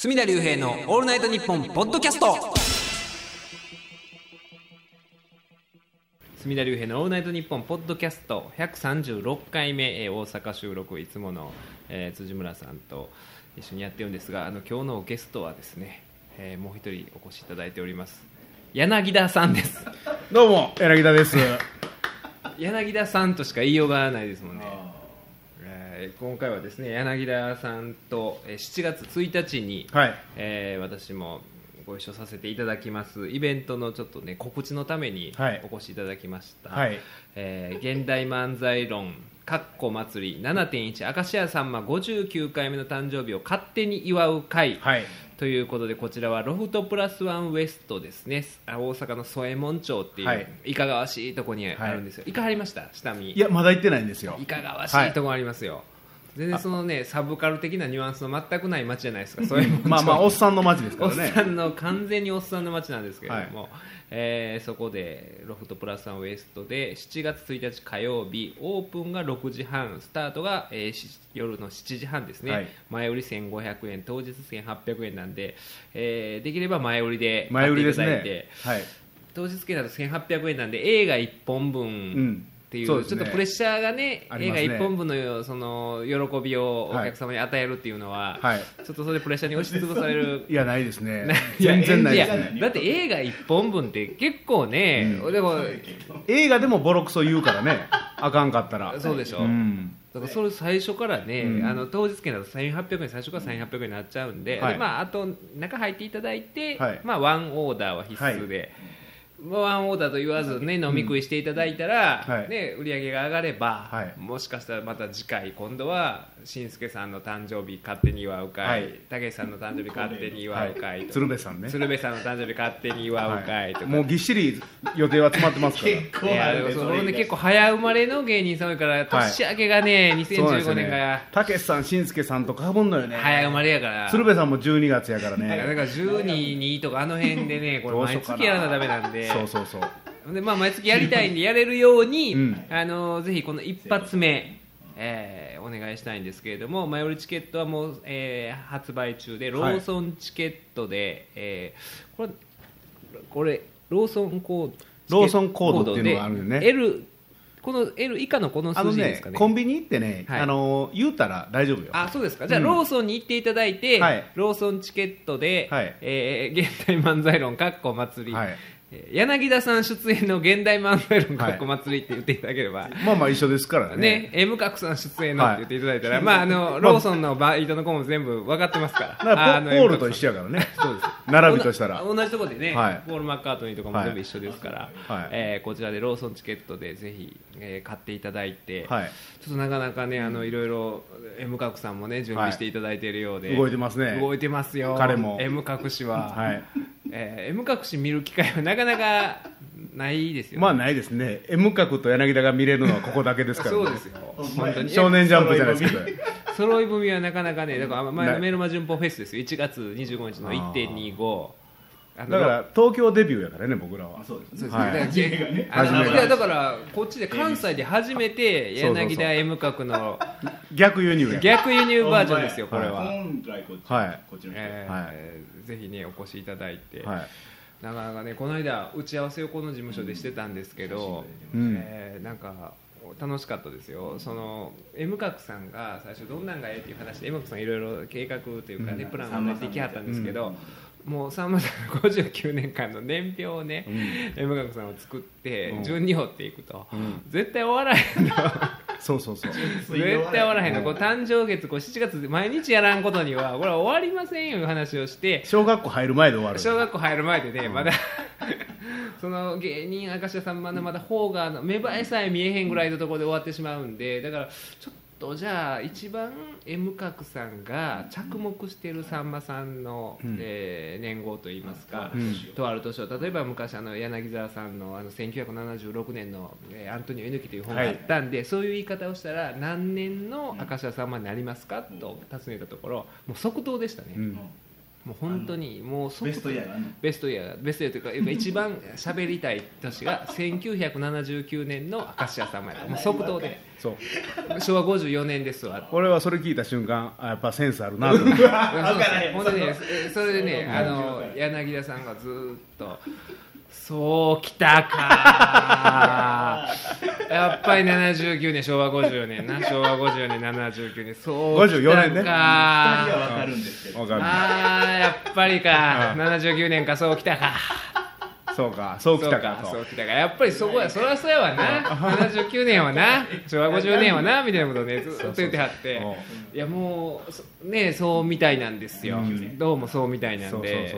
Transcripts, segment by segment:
隅田隆平のオールナイトニッポンポッドキャスト。隅田隆平のオールナイトニッポンポッドキャスト136回目、大阪収録、いつもの、辻村さんと一緒にやってるんですが、今日のゲストはですね、もう一人お越しいただいております。柳田さんです。 どうも柳田です。 柳田さんとしか言いようがないですもんね。今回はですね、柳田さんと7月1日に、 はい、 私もご一緒させていただきますイベントのちょっとね、告知のためにお越しいただきました、 はい、 現代漫才論祭り 7.1 明石家さんま59回目の誕生日を勝手に祝う会、 はい、 ということで、こちらはロフトプラスワンウエストですね。大阪の添右衛門町っていう、はい、いかがわしいとこにあるんですよ。はい、行かはりました？下見。 いや、まだ行ってないんですよ。 いかがわしいとこありますよ。はい、全然そのね、サブカル的なニュアンスの全くない街じゃないですか。添右衛門町まあまあおっさんの街ですからね。 おっさんの完全におっさんの街なんですけれども、はい、そこでロフトプラスワンウエストで7月1日火曜日、オープンが6時半、スタートが、夜の7時半ですね。はい、前売り1500円、当日1800円なんで、できれば前売りで買っていただいて、ね、はい、当日券だと1800円なんで映画1本分、っていう、ちょっとプレッシャーがね、映画1本分のその喜びをお客様に与えるっていうのは、はい、ちょっとそれでプレッシャーに押しつぶされる。 いや、ないですね。全然ないですね。 だって映画1本分って結構ね、でも映画でもボロクソ言うからね、あかんかったら。 そうでしょ。だからそれ最初からね、当日券だと1800円、最初から1800円になっちゃうんで、はい、でまあ、あと中入っていただいて、はい、まあ、ワンオーダーは必須で、はい、ワンオーダーと言わず、ね、飲み食いしていただいたら、ね、売り上げが上がれば、もしかしたらまた次回今度はしんすけさんの誕生日勝手に祝う会、たけしさんの誕生日勝手に祝う会、 鶴瓶さんね、 鶴瓶さんの誕生日勝手に祝う会とか、 もうぎっしり予定は詰まってますから結構あるね。それね、結構早生まれの芸人さん多いから年明けがね、2015年がたけしさん、しんすけさんとかぶんのよね。 早生まれやから。 鶴瓶さんも12月やからね。 だから12、2とかあの辺でね、これ毎月やらなダメなんで、 そうそうそうで、まあ、毎月やりたいんでやれるように、ぜひこの一発目、お願いしたいんですけれども、前売りチケットはもう、発売中で、ローソンチケットで、これローソンコードっていうのがあるよね。 この L 以下のこの数字ですかね。 コンビニ行ってね、言うたら大丈夫よ。 あ、そうですか。じゃあ、ローソンに行っていただいて、ローソンチケットで、現代漫才論祭り、柳田さん出演の現代漫才論祭りって言っていただければ、 まあまあ一緒ですからね。 M 角さん出演のって言っていただいたら、まあローソンのバイトの子も全部分かってますから。 だからポールと一緒やからね。そうです。並びとしたら同じところでね、ポール・マッカートニーとかも全部一緒ですから、こちらでローソンチケットでぜひ買っていただいて、ちょっとなかなかね、いろいろ M 角さんもね準備していただいているようで、 動いてますね。 動いてますよ。 彼も M 角氏は。M 角氏見る機会はなかなかないですよね。 まあないですね。 M 角と柳田が見れるのはここだけですからね。 そうですよ、本当に少年ジャンプじゃないですか。 揃い踏みはなかなかね。だから前のメルマ旬報フェスですよ、1月25日の 1.25。 だから東京デビューやからね、僕らは。 そうですね。だからこっちで関西で初めて柳田 M 角の逆輸入バージョンですよ、これは。ぜひねお越しいただいて、なかなかね、この間打ち合わせをこの事務所でしてたんですけど、なんか楽しかったですよ。その M 角さんが最初どんなんがええっていう話で、 M 角さんいろいろ計画というかね、プランを練ってきはったんですけど、もうさんまさんの59年間の年表をね、M 角さんを作って順に掘っていくと、絶対終わらへんの。 そう絶対終わらへんの。こう誕生月7月で毎日やらんことにはこれは終わりませんよいう話をして、 小学校入る前で終わる。 小学校入る前でね、まだその芸人明石家さんまだまだ方が芽生えさえ見えへんぐらいのところで終わってしまうんで、だからちょっとじゃあ一番 M 角さんが着目しているさんまさんの、年号といいますか、とある年を、例えば昔柳沢さんの1976年の、アントニオ猪木という本があったんで、そういう言い方をしたら何年の明石家さんまになりますかと尋ねたところ、もう即答でしたね。 もう本当にもうベストイヤーがあんの？ ベストイヤーというか一番喋りたい年が1979年の明石家さんまやった。もう即答でそう昭和54年ですわ。 俺はそれ聞いた瞬間やっぱセンスあるなと思ってほんでね、それでね、柳田さんがずーっとそうきたかやっぱり79年昭和50年な、昭和50年79年そうきたか 54年ね 2人は分かるんですけど、 わかるやっぱりか79年かそうきたかそうかそうきたかそうきたかやっぱりそこや、そりゃそうやわな79年はな昭和50年はなみたいなことをねずっと言ってはっていやもうねそうみたいなんですよ、どうもそうみたいなんで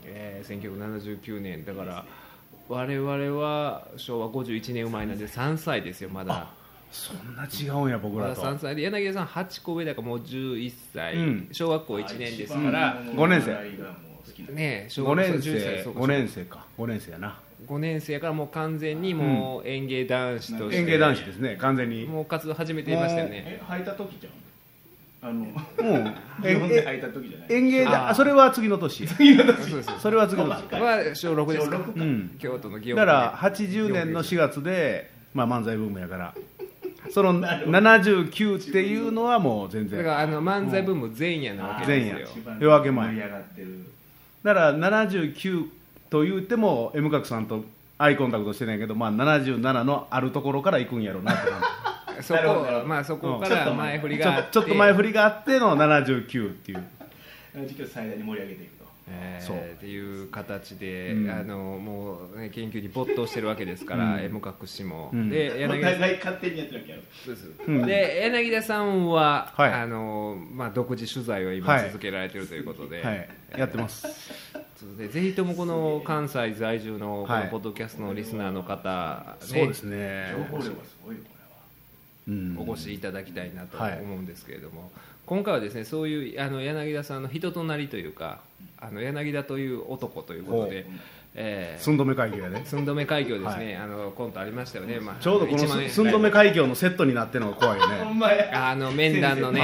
1979年だから我々は昭和51年生まれなんで3歳ですよまだ。 そんな違うんや僕らと。 まだ3歳で柳田さん8個上だからもう11歳、小学校1年ですかあら 5年生ね小 5 学校年生 11歳 5年生か5年生やな。 5年生やからもう完全にもう園芸男子として園芸男子ですね完全に。 もう活動始めていましたよね。 履いた時じゃん。 もう日本で履いた時じゃない。 園芸だそれは次の年そうですそれは次の年は小6ですか。 小六か京都の祇園だから80年の4月で、まあ、漫才ブームやからその79っていうのはもう全然だから漫才ブーム前夜なわけ前夜ですよ。 夜明け前盛り上がってる。 だから79と言っても M 角さんとアイコンタクトしてないけど、まあ、77のあるところから行くんやろうなとそこまあそこから前振りがあってちょっと前振りがあっての79っていう 79最大に盛り上げていくと。 そうっていう形で、もう、ね、研究に没頭してるわけですから、M 角氏も、でお柳田さん互い勝手にやってるわけやろ。 そうですで柳田さんは、 はいまあ、独自取材を今はい続けられてるということで、 はいやってますでぜひともこの関西在住のこはいのポッドキャストのリスナーの方、 そうですね情報量がすごいよこお越しいただきたいなとはい思うんですけれども、今回はですねそういう柳田さんの人となりというか柳田という男ということで、 寸止め海峡やね寸止め海峡ですね、コントありましたよね、まあ、 ちょうどこの 1万円寸止め海峡のセットになってるのが怖いよれは。ほねんまや。 面談のね、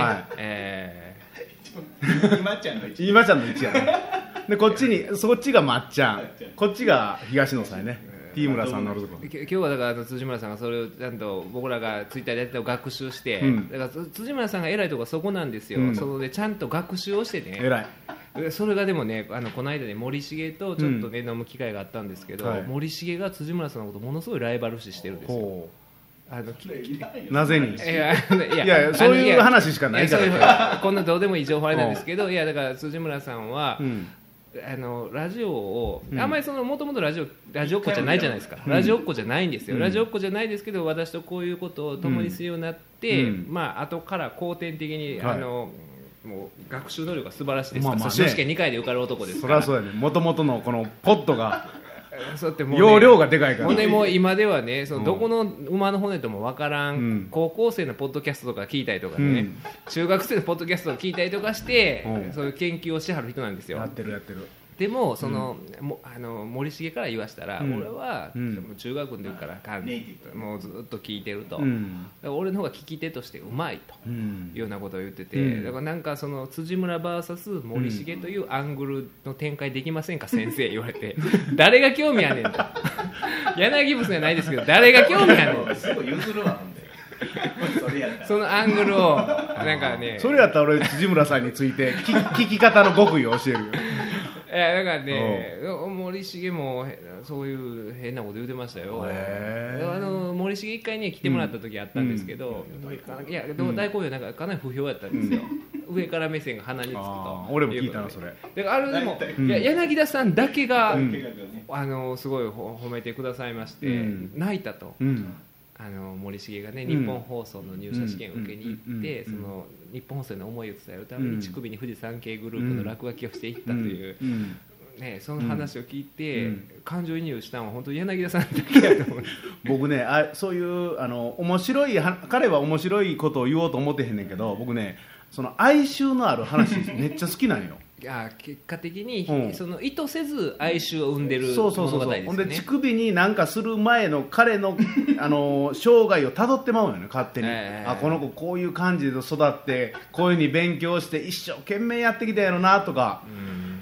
はい今ちゃんの一今ちゃんの位置やねでこっちにそっちがまっちゃんこっちが東野さんやね T 村さんのあるとこ今日はだから辻村さんがそれをちゃんと僕らがツイッターでやってたのを学習して、だから辻村さんが偉いところはそこなんですよ、そのでちゃんと学習をしてね偉いそれがでもねこの間ね森重とちょっとね、飲む機会があったんですけど、 はい森重が辻村さんのことものすごいライバル視してるんですよ。 ほきうなぜにいやいやそういう話しかないからそういうこんなどうでもいい情報あれなんですけど、いやだから辻村さんは、ラジオを、あんまりもともとラジオっ子じゃないじゃないですか、ラジオっ子じゃないんですよ、ラジオっ子じゃないですけど私とこういうことを共にするようになって、まあ後から後天的に、 はいもう学習能力が素晴らしいですから、 まあまあね卒業試験2回で受かる男ですそからりゃそうやねもともとのこのポットがそうやってもうね容量がでかいからほんでもう今ではねどこの馬の骨ともわからん、高校生のポッドキャストとか聞いたりとかね、中学生のポッドキャストを聞いたりとかして、そういう研究をしはる人なんですよ。 やってるでも森重から言わしたら、俺は、中学の時からもうずっと聞いてると、だから俺の方が聞き手としてうまいというようなことを言ってて、だからなんか辻村 VS 森重というアングルの展開できませんか先生言われて誰が興味あんねんと柳ブスじゃないですけど誰が興味あんねんすごい譲るわほんでそれやったらそのアングルをなんかねそれやったら俺辻村さんについて聞き方の極意を教えるよいやだからね森重もそういう変なこと言ってましたよ。森重一回ね来てもらった時あったんですけど、いや大好評なんかかなり不評やったんですよ、上から目線が鼻につくと。 俺も聞いたのそれだからでも、いや柳田さんだけが、すごい褒めてくださいまして、泣いたと。森重がね日本放送の入社試験を受けに行って、その日本放送の思いを伝えるために乳首に富士山系グループの落書きをしていったという、その話を聞いて、感情移入したのは本当に柳田さんだけだと思う僕ねそういう面白い彼は面白いことを言おうと思ってへんねんけど僕ねその哀愁のある話めっちゃ好きなんよ結果的に、その意図せず哀愁を生んでる物語ですよね。 ほんで乳首に何かする前の彼の生涯をたどってまうよね勝手に、この子こういう感じで育ってこういうふうに勉強して一生懸命やってきたやろなとか、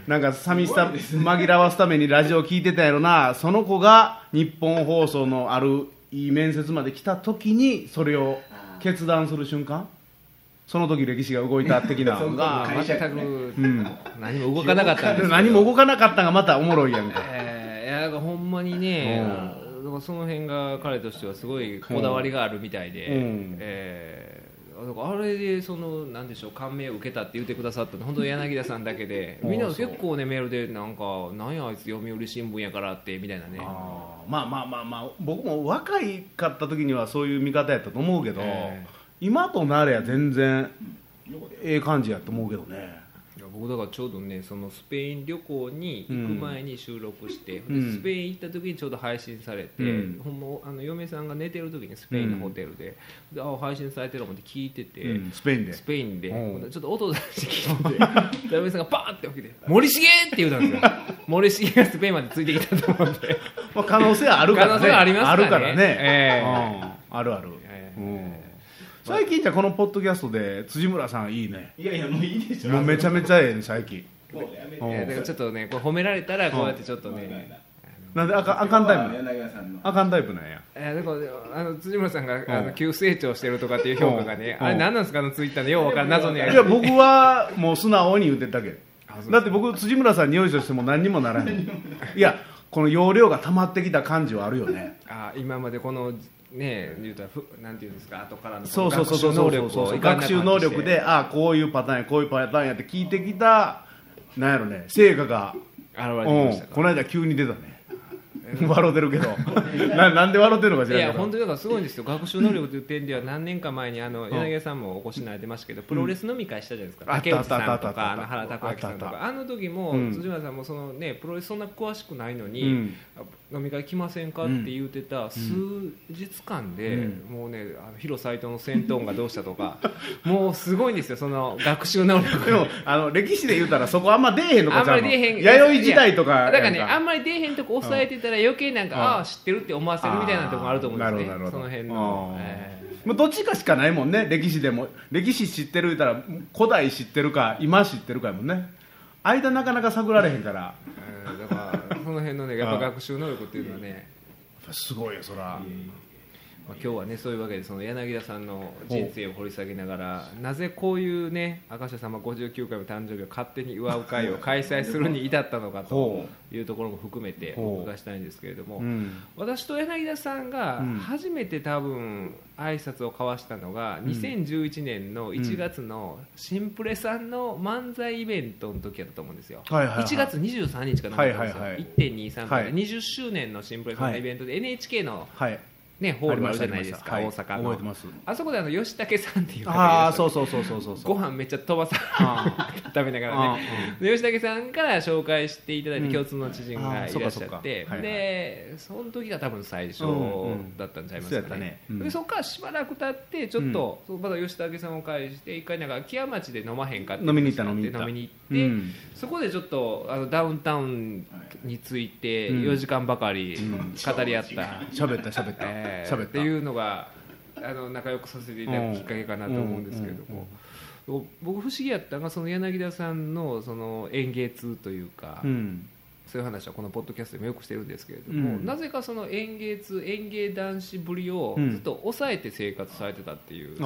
なんか寂しさ紛らわすためにラジオ聞いてたんやろな。その子が日本放送のあるいい面接まで来た時にそれを決断する瞬間、その時歴史が動いた的なのが全く何も動かなかったんですけど、 何も動かなかったのがまたおもろいやんか。 いやほんまにね、だからその辺が彼としてはすごいこだわりがあるみたいで、だからあれでそのなんでしょう、感銘を受けたって言ってくださったの本当に柳田さんだけで、みんな結構ねメールでなんかなんやあいつ読売新聞やからってみたいなね。 まあ僕も若いかった時にはそういう見方やったと思うけど、今となれば全然ええ感じやと思うけどね。 僕だからちょうどねそのスペイン旅行に行く前に収録して、スペイン行った時にちょうど配信されて、ほんま嫁さんが寝てる時にスペインのホテルで、配信されてるのって聞いてて、 スペインでちょっと音出して聞いて嫁さんがバーって起きて「森重!」って言うたんですよ。森重がスペインまでついてきたと思って。 可能性はあるからね。 可能性はありますからね。 あるからね。あるある。最近じゃこのポッドキャストで辻村さんいいね。 いやいやもういいでしょ。 もうめちゃめちゃええね最近。 もうやめて。 だからちょっとねこう褒められたらこうやってちょっとね。 なんであかんタイプあかんタイプなんや。 だから辻村さんが急成長してるとかっていう評価がね、あれ何なんですかツイッターのようわからん謎のやり。 いや僕はもう素直に言ってたけど。だって僕辻村さんに用意としても何にもならへん。いやこの容量が溜まってきた感じはあるよね。 今までこのね言うたらなんていうんですか後からのそう学習能力を学習能力でこういうパターンやこういうパターンやって聞いてきたなんやろね成果が現れてきました。 この間急に出たね。笑ってるけどなんで笑ってるのか知らないけど、 いや本当にだからすごいんですよ。学習能力という点では何年か前に柳家さんもお越しになれてましたけど、プロレス飲み会したじゃないですか。竹内さんとか原拓明さんとか、あの時も辻村さんもそのねプロレスそんな詳しくないのに、飲み会来ませんかって言ってた数日間で、もうね広斎藤の戦闘音がどうしたとかもうすごいんですよその学習能力。 でも歴史で言うたらそこあんま出えへんのかあんまり出えへん。 弥生時代とかだからねあんまり出えへんとこ抑えてたら余計なんか知ってるって思わせるみたいなところあると思うんですね。その辺のもうどっちかしかないもんね。歴史でも歴史知ってる言ったら古代知ってるか今知ってるかやもんね。間なかなか探られへんから、 だからその辺のねやっぱ学習能力っていうのはねすごいよそら。 今日はねそういうわけでその柳田さんの人生を掘り下げながらなぜこういうね明石家さんま59回の誕生日を勝手に祝う会を開催するに至ったのかというところも含めてお伺いしたいんですけれども、私と柳田さんが初めて多分挨拶を交わしたのが2011年の1月のシンプレさんの漫才イベントの時だったと思うんですよ。1月23日かなんかなんですよ。1.23 回20周年のシンプレさんのイベントで NHK のホールあるじゃないですか、大阪の。あそこで吉武さんっていう方がいらっしゃってご飯めっちゃ飛ばさ食べながらね吉武さんから紹介していただいて共通の知人がいらっしゃって、でその時が多分最初だったんちゃいますかね。でそこからしばらく経ってちょっとまた吉武さんを介して一回なんか木屋町で飲まへんかって飲みに行ってそこでちょっとダウンタウンについて4時間ばかり語り合った喋ったっていうのが仲良くさせていただくきっかけかなと思うんですけれども、僕不思議やったのがその柳田さんのその演芸通というか、そういう話はこのポッドキャストでもよくしてるんですけれども、なぜかその演芸通演芸男子ぶりをずっと抑えて生活されてたっていう、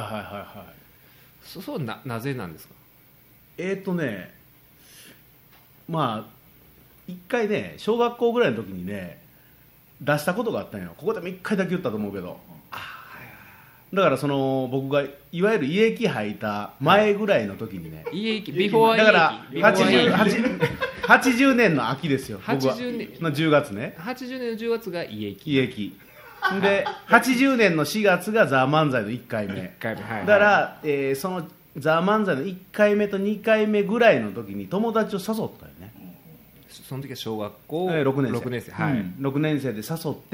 そうなぜなんですか？ まあ一回ね小学校ぐらいの時にね出したことがあったんよ。ここでも1回だけ言ったと思うけど、だからその僕がいわゆる家駅入った前ぐらいの時にね、 家駅ビフォーだから80年の秋ですよ。 80年の10月ね。 80年の10月が家駅で80年の4月がザ・漫才の1回目だから、そのザ・漫才の1回目と2回目ぐらいの時に友達を誘ったよね。 その時は小学校 6年生、6年生で誘って、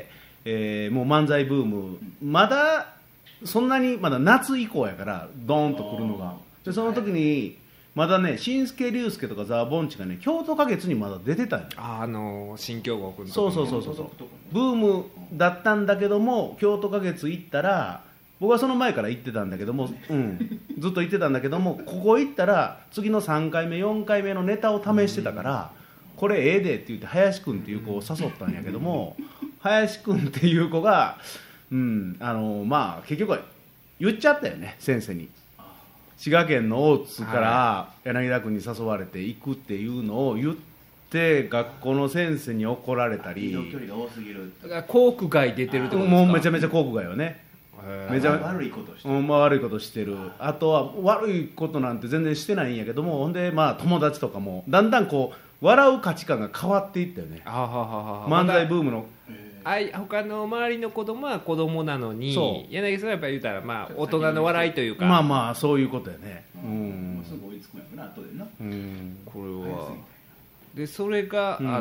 もう漫才ブームまだそんなにまだ夏以降やからドーンと来るのが。でその時にまだね新助竜介とかザ・ボンチがね京都花月にまだ出てたんよ。 新京極のそうブームだったんだけども京都花月行ったら僕はその前から行ってたんだけども、ずっと行ってたんだけども、ここ行ったら次の3回目4回目のネタを試してたから、これええでって言って林くんっていう子を誘ったんやけども、林くんっていう子が、まあ結局は言っちゃったよね、先生に。滋賀県の大津から柳田君に誘われて行くっていうのを言って学校の先生に怒られたり、 移動距離が多すぎる。 だから航空外出てるってことですか？ もうめちゃめちゃ航空外よね。めちゃ悪いことしてる。 まあ、悪いことしてる。あとは悪いことなんて全然してないんやけども、ほんでまあ友達とかもだんだんこう笑う価値観が変わっていったよね。漫才ブームの他の周りの子供は子供なのに、 そう柳さんはやっぱり言ったらまあ大人の笑いというか、 まあまあそういうことやね。 もうすぐ追いつくんやろな、後でな。 これはでそれがあって、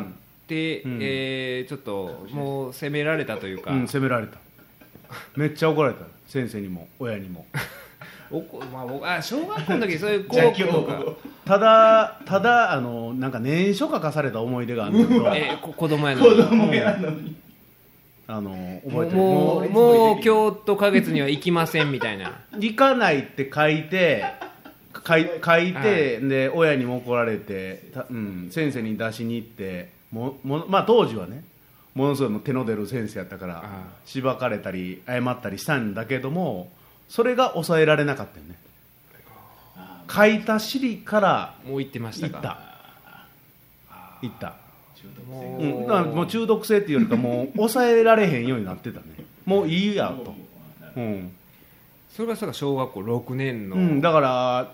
ちょっともう責められたというか、 責められた。めっちゃ怒られた、先生にも親にも。 まあ、僕小学校の時そういう高校とかただなんか念書書かされた思い出があるんだけど、 子供やのに子供やのに。 覚えてる。 もう今日と花月には行きませんみたいな。 行かないって書いてで親にも怒られて、先生に出しに行ってまあ当時はねものすごい手の出る先生やったからしばかれたり謝ったりしたんだけども、それが抑えられなかったよね。書いた尻からもう行ってましたか？ 行った。 ももう中毒性っていうよりかもう抑えられへんようになってたね。もういいやと。 それが小学校6年の、 だから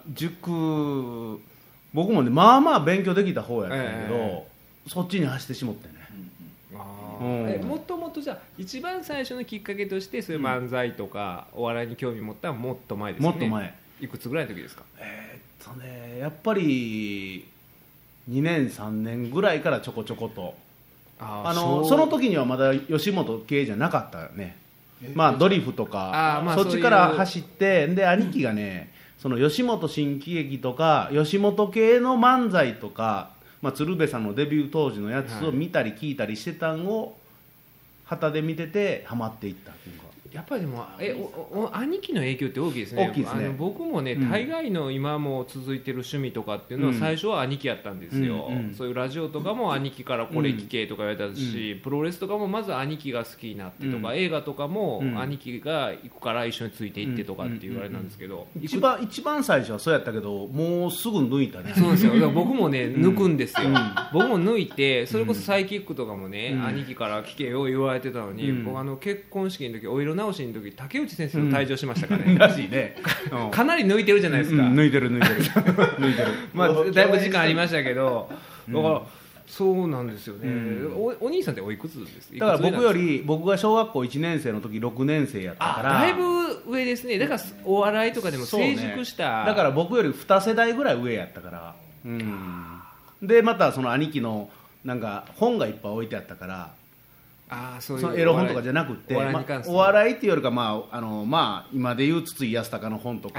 僕もねまあまあ勉強できた方やったんだけど、そっちに走ってしもってね。 もともとじゃあ一番最初のきっかけとしてそういう漫才とかお笑いに興味持ったのはもっと前ですよね。 もっと前。 いくつぐらいの時ですか？ やっぱり2年3年ぐらいからちょこちょことその時にはまだ吉本系じゃなかったね。まあドリフとかそっちから走って、で兄貴がねその吉本新喜劇とか吉本系の漫才とか、鶴瓶さんのデビュー当時のやつを見たり聞いたりしてたんを旗で見ててハマっていったっていうか。 やっぱりでも兄貴の影響って大きいですね。 大きいですね。 僕もね、大概の今も続いてる趣味とかっていうのは最初は兄貴やったんですよ。そういうラジオとかも兄貴からこれ聞けとか言われたし、プロレスとかもまず兄貴が好きになってとか、映画とかも兄貴が行くから一緒について行ってとかって言われなんですけど、 一番最初はそうやったけどもうすぐ抜いたね。 そうですよ。だから僕もね抜くんですよ。僕も抜いて、それこそサイキックとかもね、兄貴から聞けよ言われてたのに、僕結婚式の時お色直しの時竹内先生と退場しましたからね。 らしいね。 かなり抜いてるじゃないですか。 抜いてる抜いてる。 まあだいぶ時間ありましたけど、だからそうなんですよね。お兄さんっておいくつですか？ だから僕が小学校1年生の時6年生やったから、 だいぶ上ですね。だからお笑いとかでも成熟した、 だから僕より2世代ぐらい上やったから、でまたその兄貴のなんか本がいっぱい置いてあったから、 そういうそのエロ本とかじゃなくてお笑いっていうよりか、今でいう筒井康隆の本とか、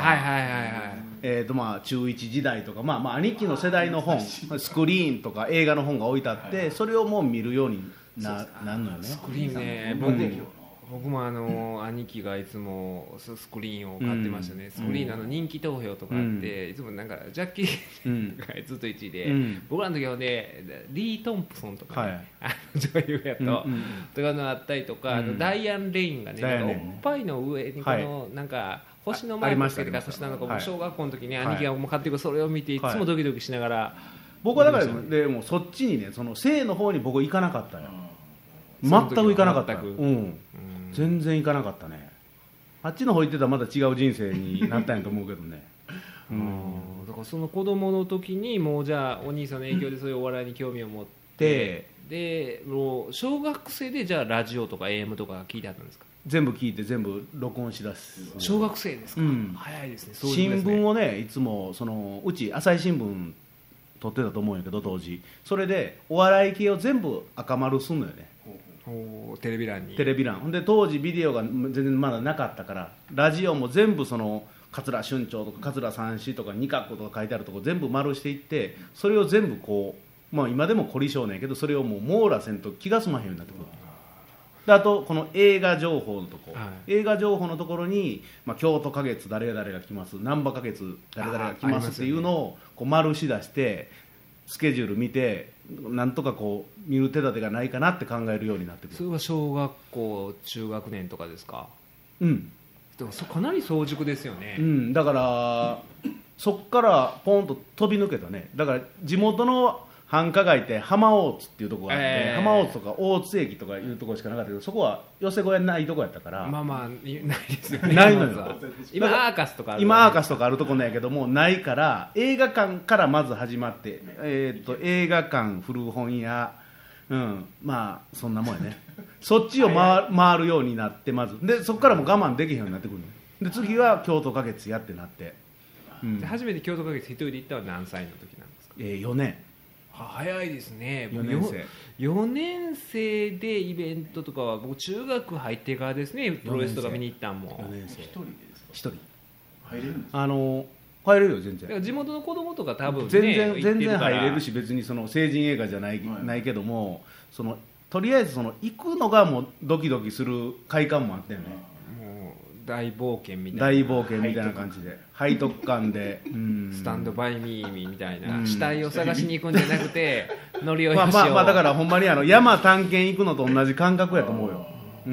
中1時代とか、兄貴の世代の本スクリーンとか映画の本が置いてあって、それをもう見るようになるのよね。 スクリーンね、僕も兄貴がいつもスクリーンを買ってましたね。スクリーンの人気投票とかあって、いつもなんかジャッキーがずっと1位で、僕らの時はねリー・トンプソンとか、女優やとかのあったりとか、ダイアン・レインがねおっぱいの上にこのなんか星のマークつけてから星なのか、小学校の時に兄貴が買ってくる、それを見ていつもドキドキしながら、 僕はだからでもそっちにね、その性の方に僕行かなかったよ。全く行かなかった。全然行かなかったね。あっちの方行ってたらまた違う人生になったんやと思うけどね。 だからその子供の時にもうじゃあお兄さんの影響でそういうお笑いに興味を持って、でもう小学生でじゃあラジオとか AM とか聞いてあったんですか？ 全部聞いて全部録音しだす。 小学生ですか？早いですね。 新聞をねいつもうち朝日新聞撮ってたと思うんやけど当時、それでお笑い系を全部赤丸すんのよね。 テレビ欄ほんで当時ビデオが全然まだなかったから、ラジオも全部その桂春長とか桂三枝とか二角とか書いてあるとこ全部丸していって、それを全部こう、今でも凝り性なんやけど、それをもう網羅せんと気が済まへんようになってくる。 であとこの映画情報のとこ、 はい、 映画情報のところに、京都花月誰々が来ます、難波花月誰々が来ますっていうのをこう丸し出してスケジュール見て、なんとかこう見る手立てがないかなって考えるようになってくる。 それは小学校中学年とかですか？ うん、 でもかなり早熟ですよね、 だからそっからポンと飛び抜けたね。だから地元の繁華街って浜大津っていうところがあって、浜大津とか大津駅とかいうところしかなかったけど、そこは寄せ小屋ないとこやったから、 ないですよね。 ないのよ。 今アーカスとかある、 今アーカスとかあるとこなんやけどもないから、映画館からまず始まって、映画館、古本屋、そんなもんやね。そっちを回るようになって、まずでそこからも我慢できへんようになってくるので、次は京都花月やってなって、 初めて京都花月一人で行ったのは何歳の時なんですか ？4年。 早いですね。 4年生 4年生でイベントとかは僕中学入ってからですね。プロレスとか見に行ったんも 1人でですか？ 1人入れるんですか？ 入れるよ全然。 地元の子供とか多分ね全然入れるし、別にその成人映画じゃないけども、とりあえず行くのがもうドキドキする快感もあったよね。 もう大冒険みたいな、 大冒険みたいな感じで背徳感でスタンドバイミーみたいな、死体を探しに行くんじゃなくて乗り降りをだからほんまに山探検行くのと同じ感覚やと思うよ。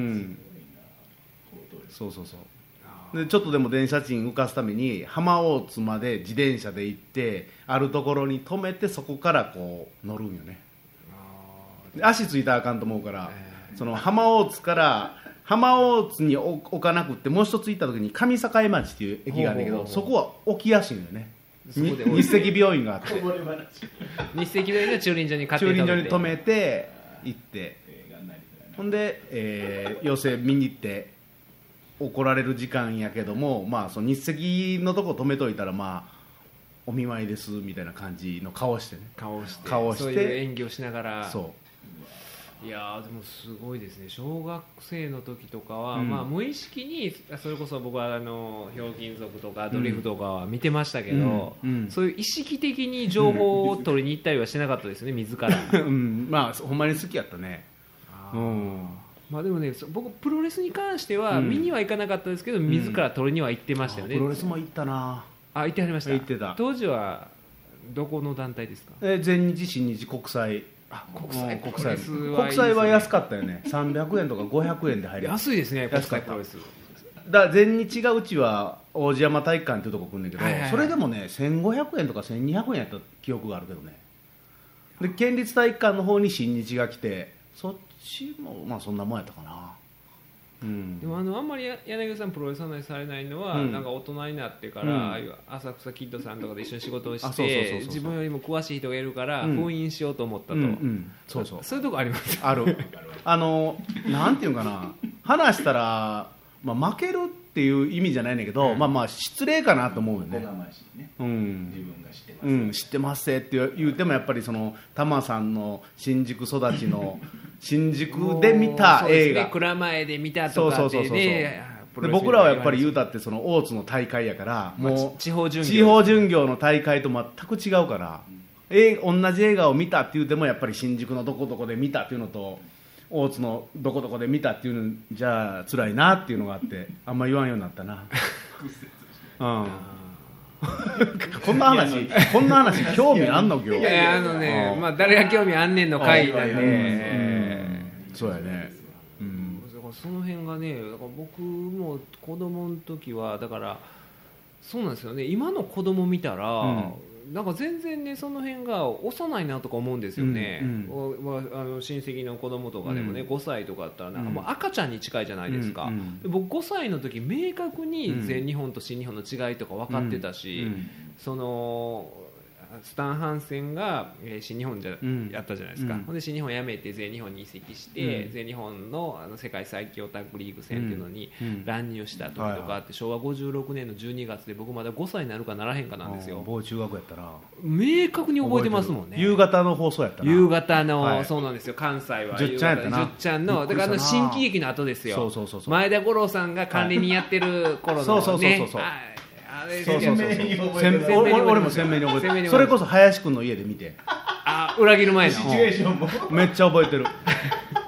そうでちょっとでも電車賃浮かすために浜大津まで自転車で行って、あるところに止めてそこからこう乗るんよね。足ついたらあかんと思うから、その浜大津から浜大津に置かなくって、もう一つ行った時に上境町っていう駅があるんだけど、そこは置きやすいんだよね。日赤病院があって、 日赤病院の駐輪場に止めて行って、ほんで、寄席見に行って怒られる時間やけども、その日赤のとこ止めといたらお見舞いですみたいな感じの顔してね、顔してそういう演技をしながら。 そういやでもすごいですね。小学生の時とかは、無意識にそれこそ僕はひょうきん族とかドリフとかは見てましたけど、そういう意識的に情報を取りに行ったりはしなかったですね、自ら。 ほんまに好きやったね。 でもね、僕プロレスに関しては見には行かなかったですけど、自ら取りには行ってましたよね。 プロレスも行ったな。 行ってはりました。 行ってた。 当時はどこの団体ですか？ 全日、新日、国際。 国際は安かったよね。300円とか500円で入れる。 安いですね、国際プロレス。 全日がうちは王子山体育館っていうとこ来るんだけど、それでもね1500円とか1200円やった記憶があるけどね。で県立体育館の方に新日が来て、そっちもそんなもんやったかな。 でもあんまり柳生さんプロレス話されないのは、なんか大人になってから、ああいう浅草キッドさんとかで一緒に仕事をして自分よりも詳しい人がいるから封印しようと思ったと。そういうとこあります。 ある。なんていうかな、話したら負けるっていう意味じゃないんだけど、失礼かなと思うよね。 自分が知ってます、 知ってますって言うても、やっぱり玉さんの新宿育ちの新宿で見た映画、 蔵前で見たとかでね。 僕らはやっぱり言うたって大津の大会やから、もう地方巡業の大会と全く違うから、同じ映画を見たって言うても、やっぱり新宿のどこどこで見たっていうのと大津のどこどこで見たっていうのじゃ辛いなっていうのがあって、あんま言わんようになったな。こんな話興味あんの今日？ 誰が興味あんねんの回なんで。 そうやね。 その辺がね、だから僕も子供の時はだからそうなんですよね。今の子供見たら、なんか全然ねその辺が幼いなとか思うんですよね。親戚の子供とかでもね、5歳とかだったらなんかもう赤ちゃんに近いじゃないですか。で僕5歳の時明確に全日本と新日本の違いとか分かってたし、スタン・ハンセンが新日本やったじゃないですか。ほんで新日本辞めて全日本に移籍して、全日本の世界最強タッグリーグ戦っていうのに乱入した時とかあって、昭和56年の12月で僕まだ5歳になるかならへんかなんですよ。 僕中学やったな。 明確に覚えてますもんね。 夕方の放送やったな。 夕方の、そうなんですよ。関西は 10ちゃんやったな。 10ちゃんのだから新喜劇の後ですよ。前田五郎さんが管理人やってる頃のね。 俺も鮮明に覚えてる。それこそ林くんの家で見て、 裏切る前のシチュエーションもめっちゃ覚えてる。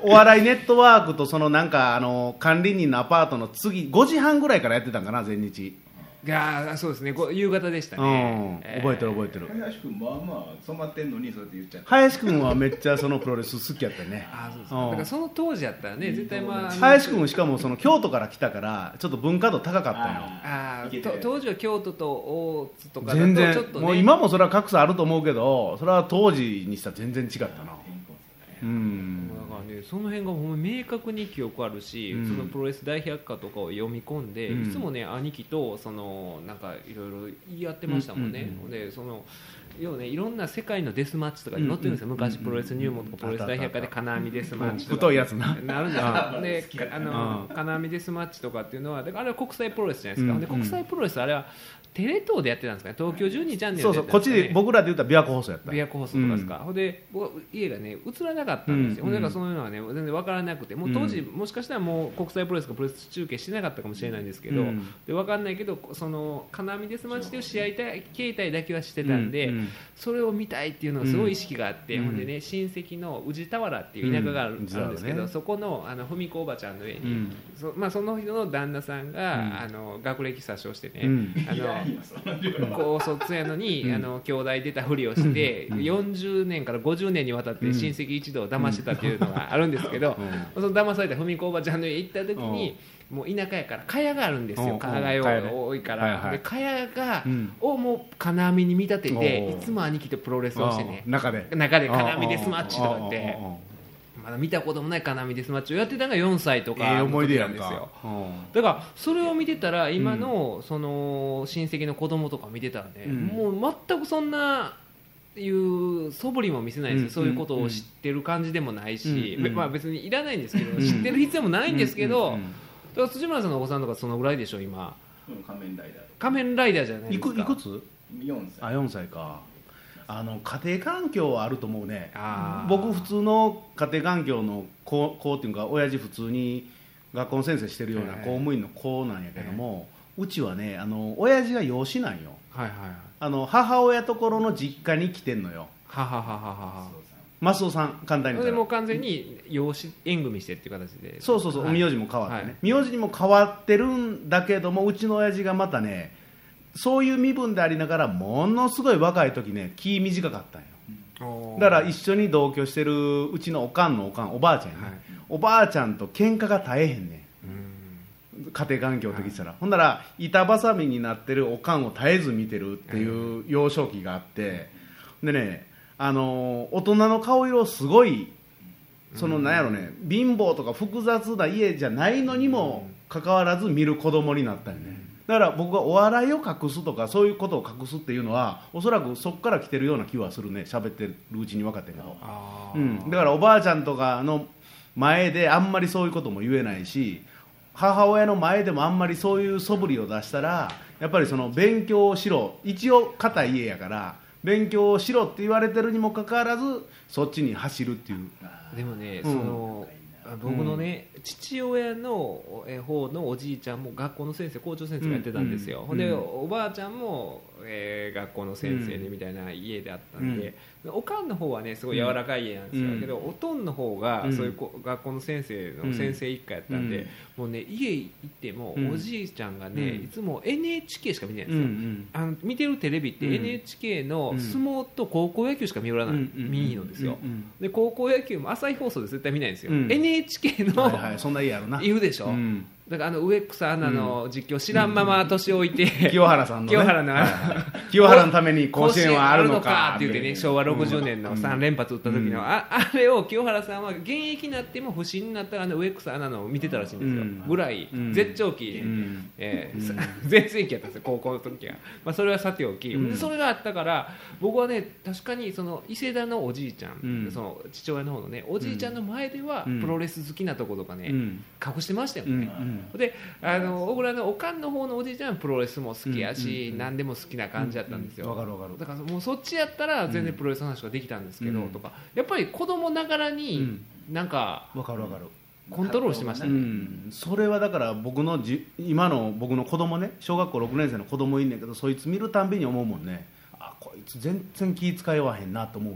お笑いネットワークとそのなんか管理人のアパートの次5時半ぐらいからやってたんかな、全日。 そうですね、夕方でしたね、 覚えてる覚えてる。 林くんまあまあ染まってんのにそうやって言っちゃった。 林くんはめっちゃそのプロレス好きやったね。 そうですね、だからその当時やったらね、絶対林くんしかもその京都から来たからちょっと文化度高かったよ。 当時は京都と大津とかだと全然ちょっとね、 もう今もそれは格差あると思うけど、それは当時にしたら全然違ったな。 だからね、その辺がほんま明確に記憶あるし、そのプロレス大百科とかを読み込んで、いつもね兄貴とそのなんかいろいろ言い合ってましたもんね。でその要はね、いろんな世界のデスマッチとかに載ってるんですよ、昔プロレス入門とかプロレス大百科で金網デスマッチとか太いやつなるんですよ。で金網デスマッチとかっていうのは、だからあれは国際プロレスじゃないですか。で国際プロレスあれはテレ東でやってたんですかね、東京12チャンネルでやってたんですかね。 そうこっちで僕らで言ったら琵琶湖放送やった。 琵琶湖放送とかですか。ほんで家がね映らなかったんですよ。だからそういうのはね全然分からなくて、もう当時もしかしたらもう国際プロレスかプロレス中継してなかったかもしれないんですけど、で分かんないけど、その金網デスマッチという試合形態だけはしてたんで、それを見たいっていうのがすごい意識があって、ほんでね、親戚の宇治田原っていう田舎があるんですけど、そこの文子おばちゃんの家に、その人の旦那さんが学歴詐称してね、高卒やのに兄弟出たふりをして40年から50年にわたって親戚一同を騙してたっていうのがあるんですけど、その騙された文子おばちゃんの家行った時に、もう田舎やから蚊帳があるんですよ。蚊帳が多いから、で蚊帳がをもう金網に見立てて、いつも兄貴とプロレスをしてね、中で金網デスマッチとかってまだ見たこともない金網デスマッチをやってたのが4歳とかの時なんですよ。だからそれを見てたら、今のその親戚の子供とか見てたらね、もう全くそんないう素振りも見せないですよ。そういうことを知ってる感じでもないし、まあ別にいらないんですけど、知ってる必要もないんですけど、だから辻村さんのお子さんとかそのぐらいでしょ今。 仮面ライダー。 仮面ライダーじゃないですか。 いくつ ？4歳。 4歳か。家庭環境はあると思うね。僕普通の家庭環境の子っていうか、親父普通に学校の先生してるような公務員の子なんやけども、うちはね親父が養子なんよ。母親ところの実家に来てんのよ。マスオさん、簡単に言ったらでも完全に養子縁組してっていう形で、 そう名字も変わってね、名字にも変わってるんだけども、うちの親父がまたねそういう身分でありながら、ものすごい若い時ね気短かったんよ。だから一緒に同居してるうちのおかんおばあちゃんやね、おばあちゃんと喧嘩が絶えへんねん、家庭環境的にしたら。ほんなら板挟みになってるおかんを絶えず見てるっていう幼少期があって、でね大人の顔色すごい、なんやろね、貧乏とか複雑な家じゃないのにもかかわらず見る子供になったよね。だから僕がお笑いを隠すとかそういうことを隠すっていうのは、おそらくそこから来てるような気はするね、喋ってるうちに分かったけど。だからおばあちゃんとかの前であんまりそういうことも言えないし、母親の前でもあんまりそういう素振りを出したら、やっぱりその勉強をしろ、一応堅い家やから勉強をしろって言われてるにもかかわらずそっちに走るっていう。 でもね、僕のね、父親の方のおじいちゃんも学校の先生、校長先生がやってたんですよ。ほんでおばあちゃんも、学校の先生でみたいな家であったんで、おかんの方はねすごい柔らかい家なんですよ、けどおとんの方がそういう学校の先生の先生一家やったんで、もうね家行ってもおじいちゃんがね、いつも NHK しか見てないんですよ。見てるテレビって NHK の相撲と高校野球しか見らない、見いのですよ。で高校野球も朝日放送で絶対見ないんですよ、NHK のそんないいやろな、 言うでしょ、だから植草アナの実況知らんまま年老いて、 清原さんのね、清原のために甲子園はあるのかって言ってね、昭和60年の3連発打った時のあれを清原さんは現役になっても不審になったら植草アナの見てたらしいんですよ、ぐらい絶頂期、全盛期やったんですよ高校の時は。それはさておき、それがあったから僕はね確かにその伊勢田のおじいちゃん、その父親の方のねおじいちゃんの前ではプロレス好きなところとかね隠してましたよね。で小倉のおかんの方のおじいちゃんはプロレスも好きやし、何でも好きな感じだったんですよ。だからもうそっちやったら全然プロレスの話ができたんですけど、とかやっぱり子供ながらになんかコントロールしてましたね、 それはだから今の僕の子供ね、小学校6年生の子供いんねんけど、そいつ見るたんびに思うもんね、こいつ全然気遣いわへんなと思う。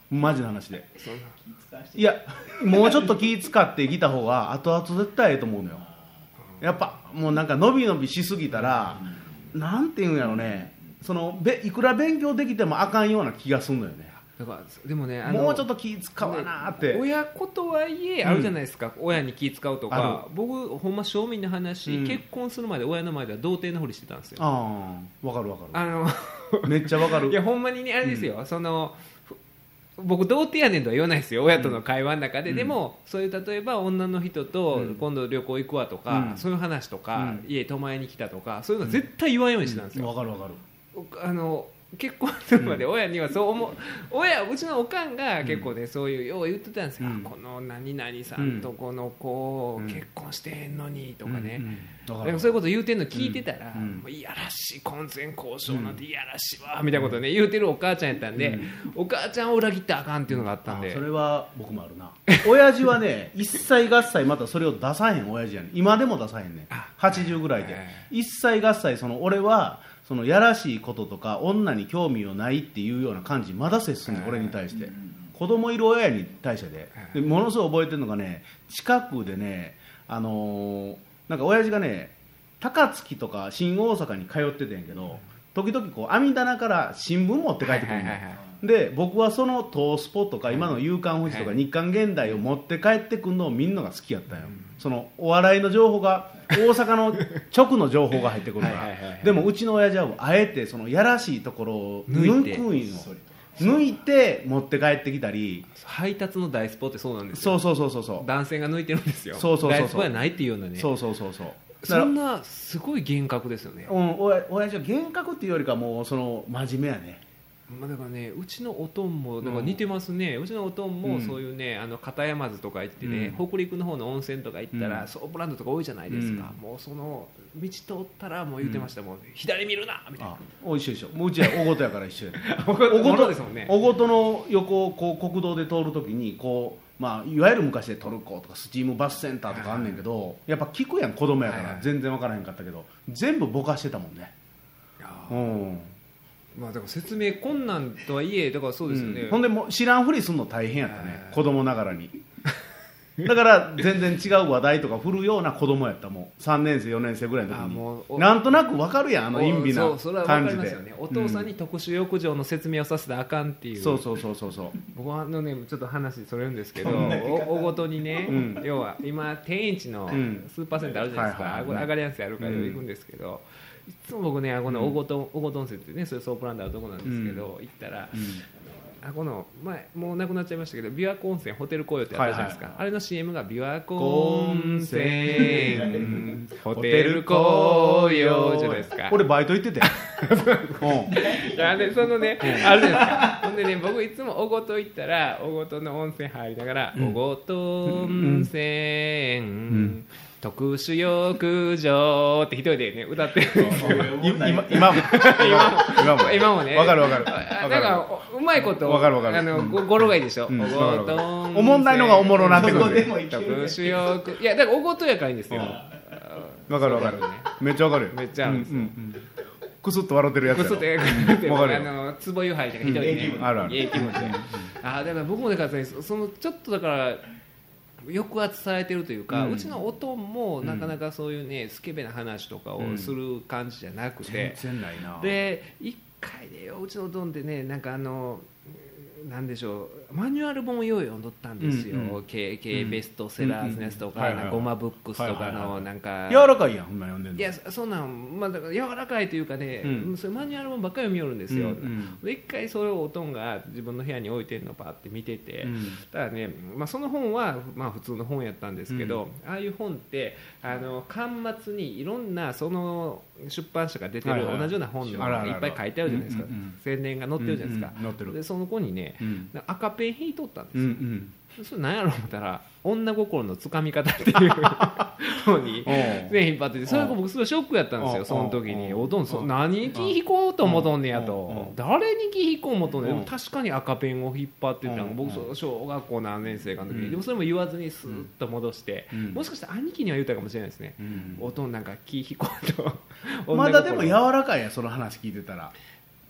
マジな話で。 そんないやもうちょっと気使ってきた方が後々絶対ええと思うのよ。やっぱもうなんか伸び伸びしすぎたら、なんていうんやろね、いくら勉強できてもあかんような気がするのよね。 だからでもねもうちょっと気使わなーって、 親子とはいえあるじゃないですか、親に気使うとか。僕ほんま正味の話、結婚するまで親の前では童貞のふりしてたんですよ。 ああわかるわかるめっちゃわかる。 いやほんまにねあれですよ、僕童貞やねんとは言わないですよ、親との会話の中で。でもそういう例えば女の人と今度旅行行くわとか、そういう話とか、家泊まりに来たとか、そういうの絶対言わんようにしてたんですよ。 わかるわかる。 結婚するまで親にはそう思う、うちのおかんが結構ね、そういうよう言ってたんですよ、この何々さんとこの子、結婚してへんのにとかね、でもそういうこと言うてんの聞いてたら、もういやらしい婚前交渉なんていやらしいわみたいなことね言うてるお母ちゃんやったんで、お母ちゃんを裏切ったらあかんっていうのがあったんで。 それは僕もあるな。親父はね一切合切またそれを出さへん親父やねん。今でも出さへんねん。80ぐらいで一切合切俺はやらしいこととか女に興味をないっていうような感じまだ接するの、俺に対して。子供いる親に対してでものすごい覚えてるのがね、近くでね、なんか親父がね高槻とか新大阪に通っててんけど、時々こう網棚から新聞持って帰ってくるの。で僕はその東スポとか今の夕刊フジとか日刊現代を持って帰ってくるのを見るのが好きやったんよ。お笑いの情報が大阪の直の情報が入ってくるからでもうちの親父はあえてやらしいところを抜くんよ。抜いて持って帰ってきたり。 配達の大スポってそうなんですよ。 そう男性が抜いてるんですよ。 そう大スポやないっていうようなね。 そうそんなすごい厳格ですよね。 親父は厳格っていうよりかもう真面目やね。 だからね、うちのおとんもなんか似てますね、うちのおとんもそういうね、片山津とか行ってね、北陸の方の温泉とか行ったら、ソープランドとか多いじゃないですか、もうその道通ったらもう言ってました、もう左見るなみたいな。 一緒もううちは大ごとやから一緒や大ごとですもんね。 大ごとの横をこう国道で通るときにこう、いわゆる昔でトルコとかスチームバスセンターとかあんねんけど、やっぱ聞くやん子供やから全然分からへんかったけど、全部ぼかしてたもんね。 だから説明困難とはいえ、だからそうですよね、 ほんでもう知らんふりするの大変やったね、子供ながらに。だから全然違う話題とか振るような子供やった。もう3年生4年生ぐらいの時になんとなく分かるやん、陰微な感じで。 お父さんに特殊浴場の説明をさせたらあかんっていう。そう僕はねちょっと話それるんですけど、おごとにね、要は今天一のスーパーセンターあるじゃないですか、上がりやすいあるから行くんですけど、いつも僕ね、このおごと温泉ってね、そういうソープランドあるとこなんですけど、行ったら、この前もうなくなっちゃいましたけど、琵琶湖温泉ホテル紅葉ってあったじゃないですか、あれの CM が琵琶湖温泉ホテル紅葉じゃないですか。 俺バイト行っててでそのね、あるじゃないですか。ほんでね、僕いつもおごと行ったら、おごとの温泉入りながら、おごと温泉特殊浴場って一人でね歌ってるんですよ。今もね。 わかる。 なんかうまいこと語呂がいいでしょ。 おもんないのがおもろなってくる。 特殊浴、いやだからおごとやからいいんですよ。 わかる。めっちゃわかるよ。 めっちゃあるんですよ。 くすっと笑ってるやつやろ。 くすっとわかるよ。壺湯入って一人でね。 ある。 だから僕もだからちょっとだから抑圧されてるというか、うちのおとんもなかなかそういうねスケベな話とかをする感じじゃなくて、 全然ないな。 で1回でうちのおとんってね、なんかなんでしょう、マニュアル本をよう読んどったんですよ、経営ベストセラーズのやつとか、ゴマブックスとかのなんか柔らかいやん、ほんな読んでんの。 いやそんなん、だから柔らかいというかね、そういうマニュアル本ばっかり読みよるんですよ。で一回それをおとんが自分の部屋に置いてるのをパーって見てて、だからね、その本は普通の本やったんですけど、ああいう本って巻末にいろんなその出版社が出てる同じような本がいっぱい書いてあるじゃないですか、宣伝が載ってるじゃないですか。でその子にね、赤ペン引いとったんですよ。それ何やろう思ったら、女心のつかみ方っていう方に線引っ張ってて、それが僕すごいショックやったんですよ。その時におとん何気引こうと思とんねやと、誰に気引こう思とんねん。確かに赤ペンを引っ張ってたのが僕小学校何年生かの時に、でもそれも言わずにスーッと戻して、もしかしたら兄貴には言ったかもしれないですね。おとんなんか気引こうとまだでも柔らかいやん、その話聞いてたら。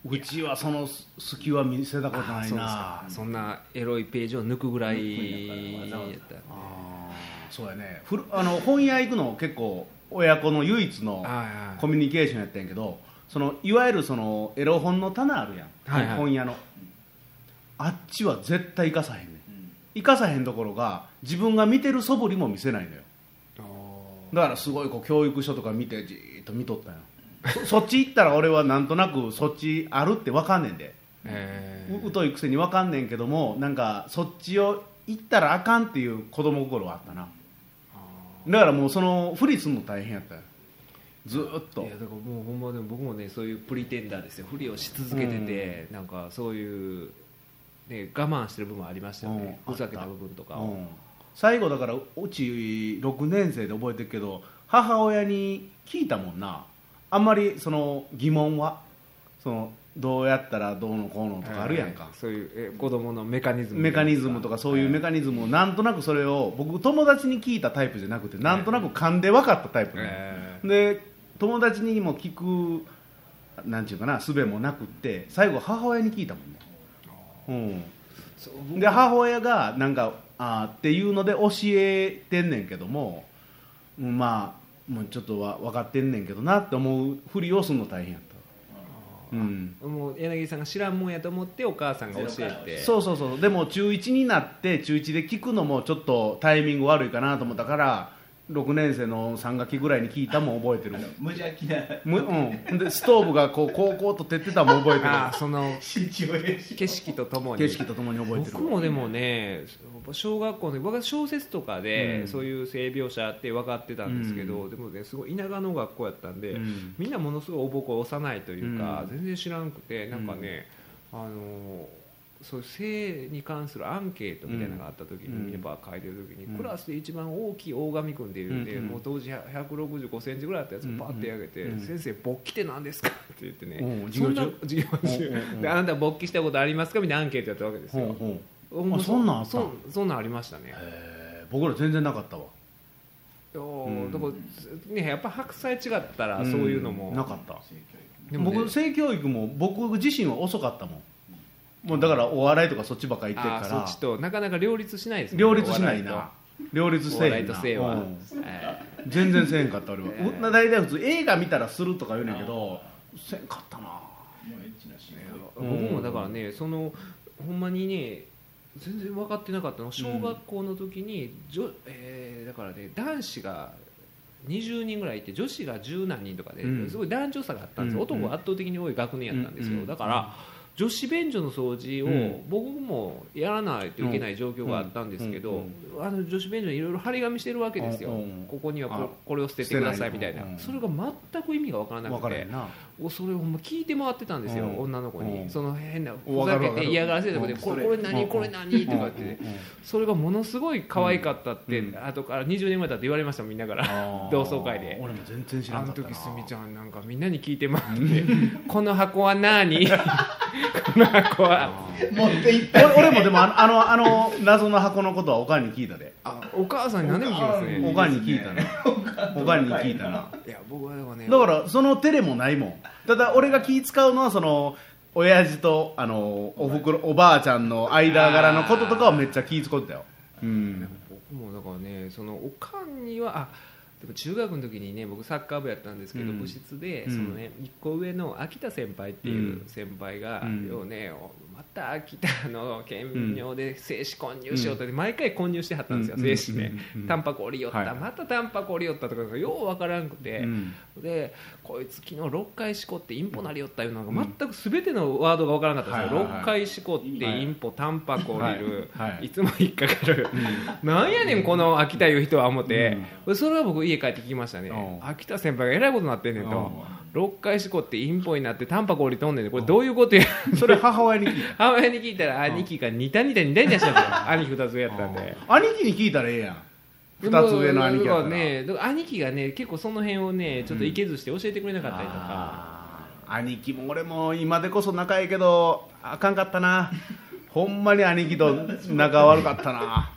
うちはその隙は見せたことないそうですなか。そんなエロいページを抜くぐらいやったんで。 そうやね本屋行くの結構親子の唯一のコミュニケーションやったんやけどいわゆるそのエロ本の棚あるやん、 はいはい、 本屋のあっちは絶対行かさへんねん、行かさへんところが自分が見てる素振りも見せないのよ。だからすごい教育書とか見てじーっと見とったんよそっち行ったら俺はなんとなくそっちあるって分かんねんで、疎いくせに分かんねんけどもなんかそっちを行ったらあかんっていう子供心はあったな。だからもうそのフリするの大変やったよずーっと。 いやだからもうほんまでも僕もねそういうプリテンダーですよ。フリをし続けてて、なんかそういう、ね、我慢してる部分ありましたよね、ふざけた部分とかを、 最後だからうち6年生で覚えてるけど母親に聞いたもんな。あんまりその疑問はどうやったらどうのこうのとかあるやんか、 そういう子供のメカニズムとかそういうメカニズムをなんとなくそれを僕友達に聞いたタイプじゃなくてなんとなく勘で分かったタイプで友達にも聞くなんていうかな術もなくって最後母親に聞いたもんね、で母親がなんかっていうので教えてんねんけどもまあもうちょっとは分かってんねんけどなって思うふりをするの大変やった。 もう柳さんが知らんもんやと思ってお母さんが教えてそうでも中1になって中1で聞くのもちょっとタイミング悪いかなと思ったから6年生の3学期ぐらいに聞いたもん覚えてる。 無邪気なでストーブがこうと照ってたもん覚えてる。 その景色とともに覚えてる。 僕もでもね小学校の僕は小説とかでそういう性描写って分かってたんですけど、でもねすごい田舎の学校やったんで、みんなものすごいおぼこ幼いというか、全然知らんくてなんかね、そういう性に関するアンケートみたいなのがあった時に、やっぱ書いてる時に、クラスで一番大きい大神君っていうんで、もう当時165センチぐらいあったやつをパッて上げて、先生勃起って何ですかって言ってね、授業中であなた勃起したことありますかみたいなアンケートやったわけですよ。 そんなんあった？ そんなんありましたね。 僕ら全然なかったわ。 だからねやっぱ白菜違ったらそういうのもなかった。僕性教育も僕自身は遅かったもん。もうだからお笑いとかそっちばっかり言ってるからそっちとなかなか両立しないですね。 両立しないな。両立せえへんな。全然せえへんかった俺は。大体普通映画見たらするとか言うねんけどせんかったな。 僕もだからねほんまにね全然分かってなかったの小学校の時にだからね男子が20人ぐらいいて女子が10何人とかですごい男女差があったんですよ。男は圧倒的に多い学年やったんですよ。だから女子便所の掃除を僕もやらないといけない状況があったんですけど、女子便所にいろいろ張り紙してるわけですよ。ここにはこれを捨ててくださいみたいな。それが全く意味が分からなくてそれを聞いて回ってたんですよ、女の子に。その変なふざけて嫌がらせるとこでこれ何これ何とかってそれがものすごい可愛かったって後から20年前だって言われましたみんなから同窓会で。 俺も全然知らなかったな。 あの時すみちゃんなんかみんなに聞いて回ってこの箱は何この箱は持っていった俺もでも謎の箱のことはおかんに聞いたで。 お母さんに何でも聞きますね。 おかんに聞いたな。おかんに聞いたな。 いや僕はでもねだからその照れもないもん。ただ俺が気使うのはその親父とおふくろおばあちゃんの間柄のこととかはめっちゃ気使ってたよ。 僕もだからねおかんにはでも中学の時にね僕サッカー部やったんですけど、部室でそのね1個上の秋田先輩っていう先輩が、ようねまた秋田の県名で精子混入しようと毎回混入してはったんですよ、精子ね。タンパク折りよった、またタンパク折りよったとかようわからんくて、でこいつ昨日6回しこってインポなりよったいうのが全く全てのワードがわからなかったんですよ。6回しこってインポタンパク降りる、いつも引っかかる、なんやねんこの秋田いう人は思って、それは僕家帰って聞きましたね。秋田先輩がえらいことになってんねんと。6回しこってインポになってタンパク降りとんねんねん。これどういうことや。 それ母親に聞いた。 母親に聞いたら兄貴が似たしたんですよ。兄貴2つ上やったんで。 兄貴に聞いたらええやん。2つ上の兄貴やったら。 ね、兄貴がね結構その辺をねちょっといけずして教えてくれなかったりとか。 兄貴も俺も今でこそ仲いいけどあかんかったな。ほんまに兄貴と仲悪かったな。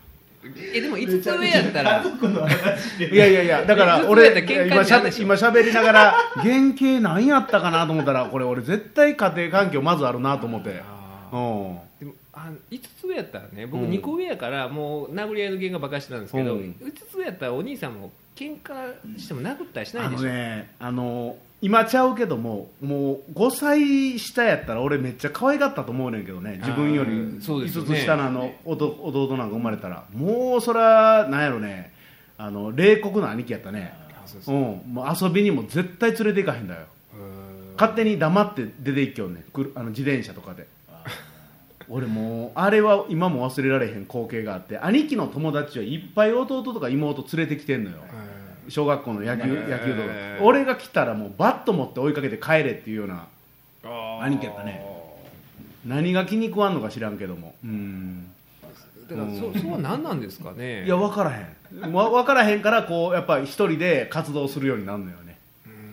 でも5つ上やったらいやだから俺今喋りながら原型何やったかなと思ったらこれ俺絶対家庭環境まずあるなと思って。 でも5つ上やったらね僕2個上やからもう殴り合いの喧嘩ばっかりしてたんですけど、5つ上やったらお兄さんも喧嘩しても殴ったりしないでしょ。 今ちゃうけどもう5歳下やったら俺めっちゃ可愛がったと思うねんけどね、自分より5つ下の弟なんか生まれたらもうそらなんやろね、冷酷な兄貴やったね。もう遊びにも絶対連れて行かへんだよ。勝手に黙って出て行きよんねん、自転車とかで。俺もうあれは今も忘れられへん光景があって、兄貴の友達はいっぱい弟とか妹連れてきてんのよ、小学校の野球道具。俺が来たらもうバット持って追いかけて帰れっていうような兄貴やったね。何が気に食わんのか知らんけども。 だからそは何なんですかね。 いや分からへんからこうやっぱり一人で活動するようになるのよね。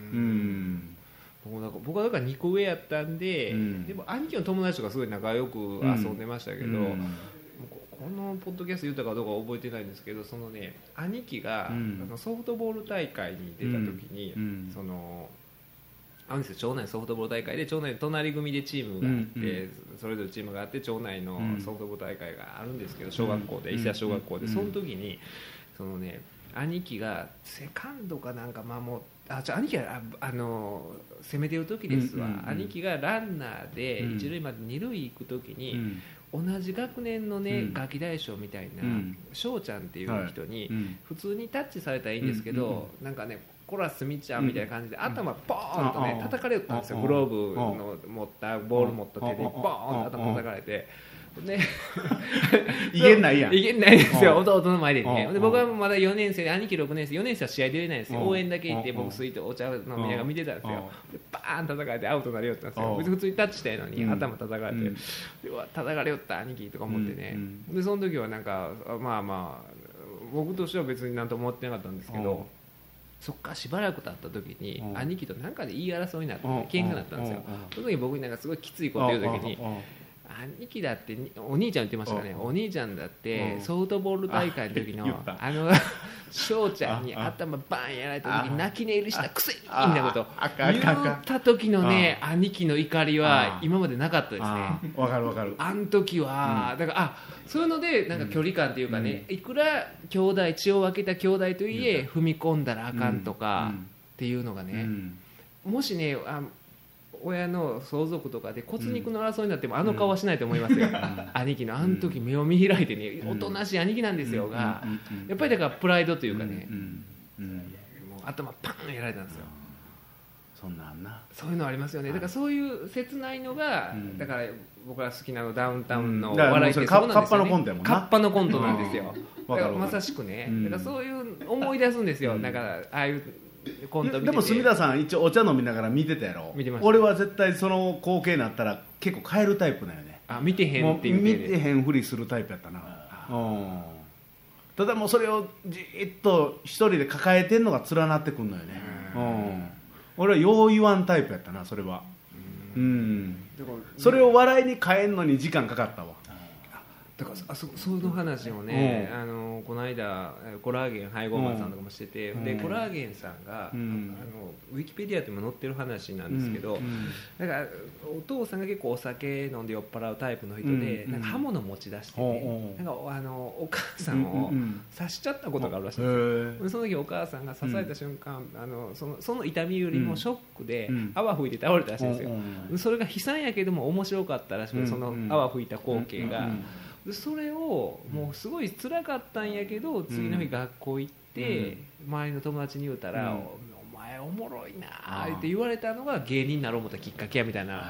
僕はだから2個上やったんで、でも兄貴の友達とかすごい仲良く遊んでましたけど、このポッドキャスト言ったかどうか覚えてないんですけど、そのね兄貴が、ソフトボール大会に出た時に、その町内ソフトボール大会で町内の隣組でチームがあって、それぞれチームがあって町内のソフトボール大会があるんですけど、小学校で石田小学校で、その時にそのね兄貴がセカンドかなんか守って兄貴が攻めてる時ですわ、兄貴がランナーで一塁まで二塁行く時に、同じ学年のね、ガキ大将みたいな翔ちゃんっていう人に普通にタッチされたらいいんですけど、なんかねコラスミちゃんみたいな感じで頭ポーンとね叩かれたんですよ。グローブの持ったボール持った手でボーンと頭叩かれて、ね、 威厳ないやん。 威厳ないですよ、弟の前でね。で僕はまだ4年生で兄貴6年生、4年生は試合出れないんですよ。応援だけ行って僕スイートお茶飲みながら見てたんですよ。でバーン叩かれてアウトになりよったんですよ。別に普通にタッチしたいのに頭叩かれて、うわ叩かれよった兄貴とか思ってね。でその時はなんかまあ僕としては別になんとも思ってなかったんですけど、そっからしばらく経った時に兄貴となんかで言い争いになって喧嘩になったんですよ。その時僕になんかすごいきついこと言う時に、兄貴だってお兄ちゃん言ってましたね。お兄ちゃんだってソフトボール大会の時の翔ちゃんに頭バンやられた時に泣き寝入りしたくせにみたいなこと言った時のね兄貴の怒りは今までなかったですね。 わかる。 あの時はだからそういうのでなんか距離感っていうかね、いくら兄弟血を分けた兄弟といえ踏み込んだらあかんとかっていうのがね、もしね親の相続とかで骨肉の争いになってもあの顔はしないと思いますよ。兄貴のあの時目を見開いてね、おとなしい兄貴なんですよが、やっぱりだからプライドというかね、もう頭パンやられたんですよ。 そんなんな、 そういうのありますよね。だからそういう切ないのが、だから僕ら好きなのダウンタウンの笑いってそうなんですよね。カッパのコントなんですよ。だからまさしくね、だからそういう思い出すんですよ。だからああいうコント見てて。 でも住田さん一応お茶飲みながら見てたやろ。 見てました。 俺は絶対その光景になったら結構変えるタイプだよね。 見てへんっていう見てへんふりするタイプやったな。ただもうそれをじーっと一人で抱えてんのが連なってくんのよね。俺はよう言わんタイプやったな、それは。それを笑いに変えんのに時間かかったわ。 だからその話をね、この間コラーゲン配合マンさんとかもしてて、でコラーゲンさんが、ウィキペディアでも載ってる話なんですけど、だからお父さんが結構お酒飲んで酔っ払うタイプの人で、なんか刃物持ち出してね、なんかお母さんを刺しちゃったことがあるらしいんですよ。その時お母さんが刺された瞬間、その痛みよりもショックで泡吹いて倒れたらしいんですよ。それが悲惨やけども面白かったらしくて、その泡吹いた光景が。それをもうすごい辛かったんやけど、次の日学校行って周りの友達に言うたら、お前おもろいなって言われたのが芸人になろう思ったきっかけやみたいな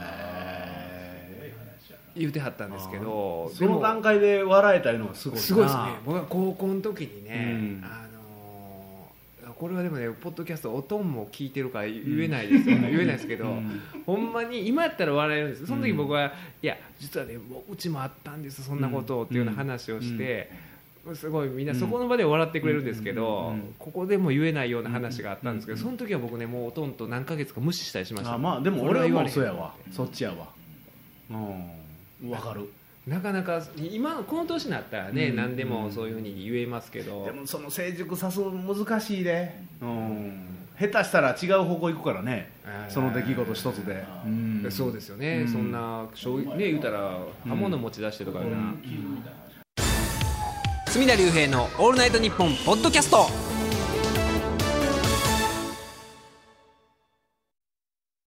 言うてはったんですけど、 その段階で笑えたのがすごいな。 すごいですね。僕は高校の時にね、これはでもねポッドキャストおとんも聞いてるから言えないですよね、言えないですけど、ほんまに今やったら笑えるんです。その時僕はいや実はねうちもあったんですそんなことをっていうような話をして、すごいみんなそこの場で笑ってくれるんですけど、ここでも言えないような話があったんですけど、その時は僕ねもうおとんと何ヶ月か無視したりしました。 まあでも俺はもうそうやわ、そっちやわ。わかる。 なかなか今この年になったらね、何でもそういうふうに言えますけど、 でもその成熟さす難しいで、下手したら違う方向行くからね、その出来事一つで、 そうですよね、そんなね言うたら刃物持ち出してとかな、隅田竜平のオールナイトニッポンポッドキャスト。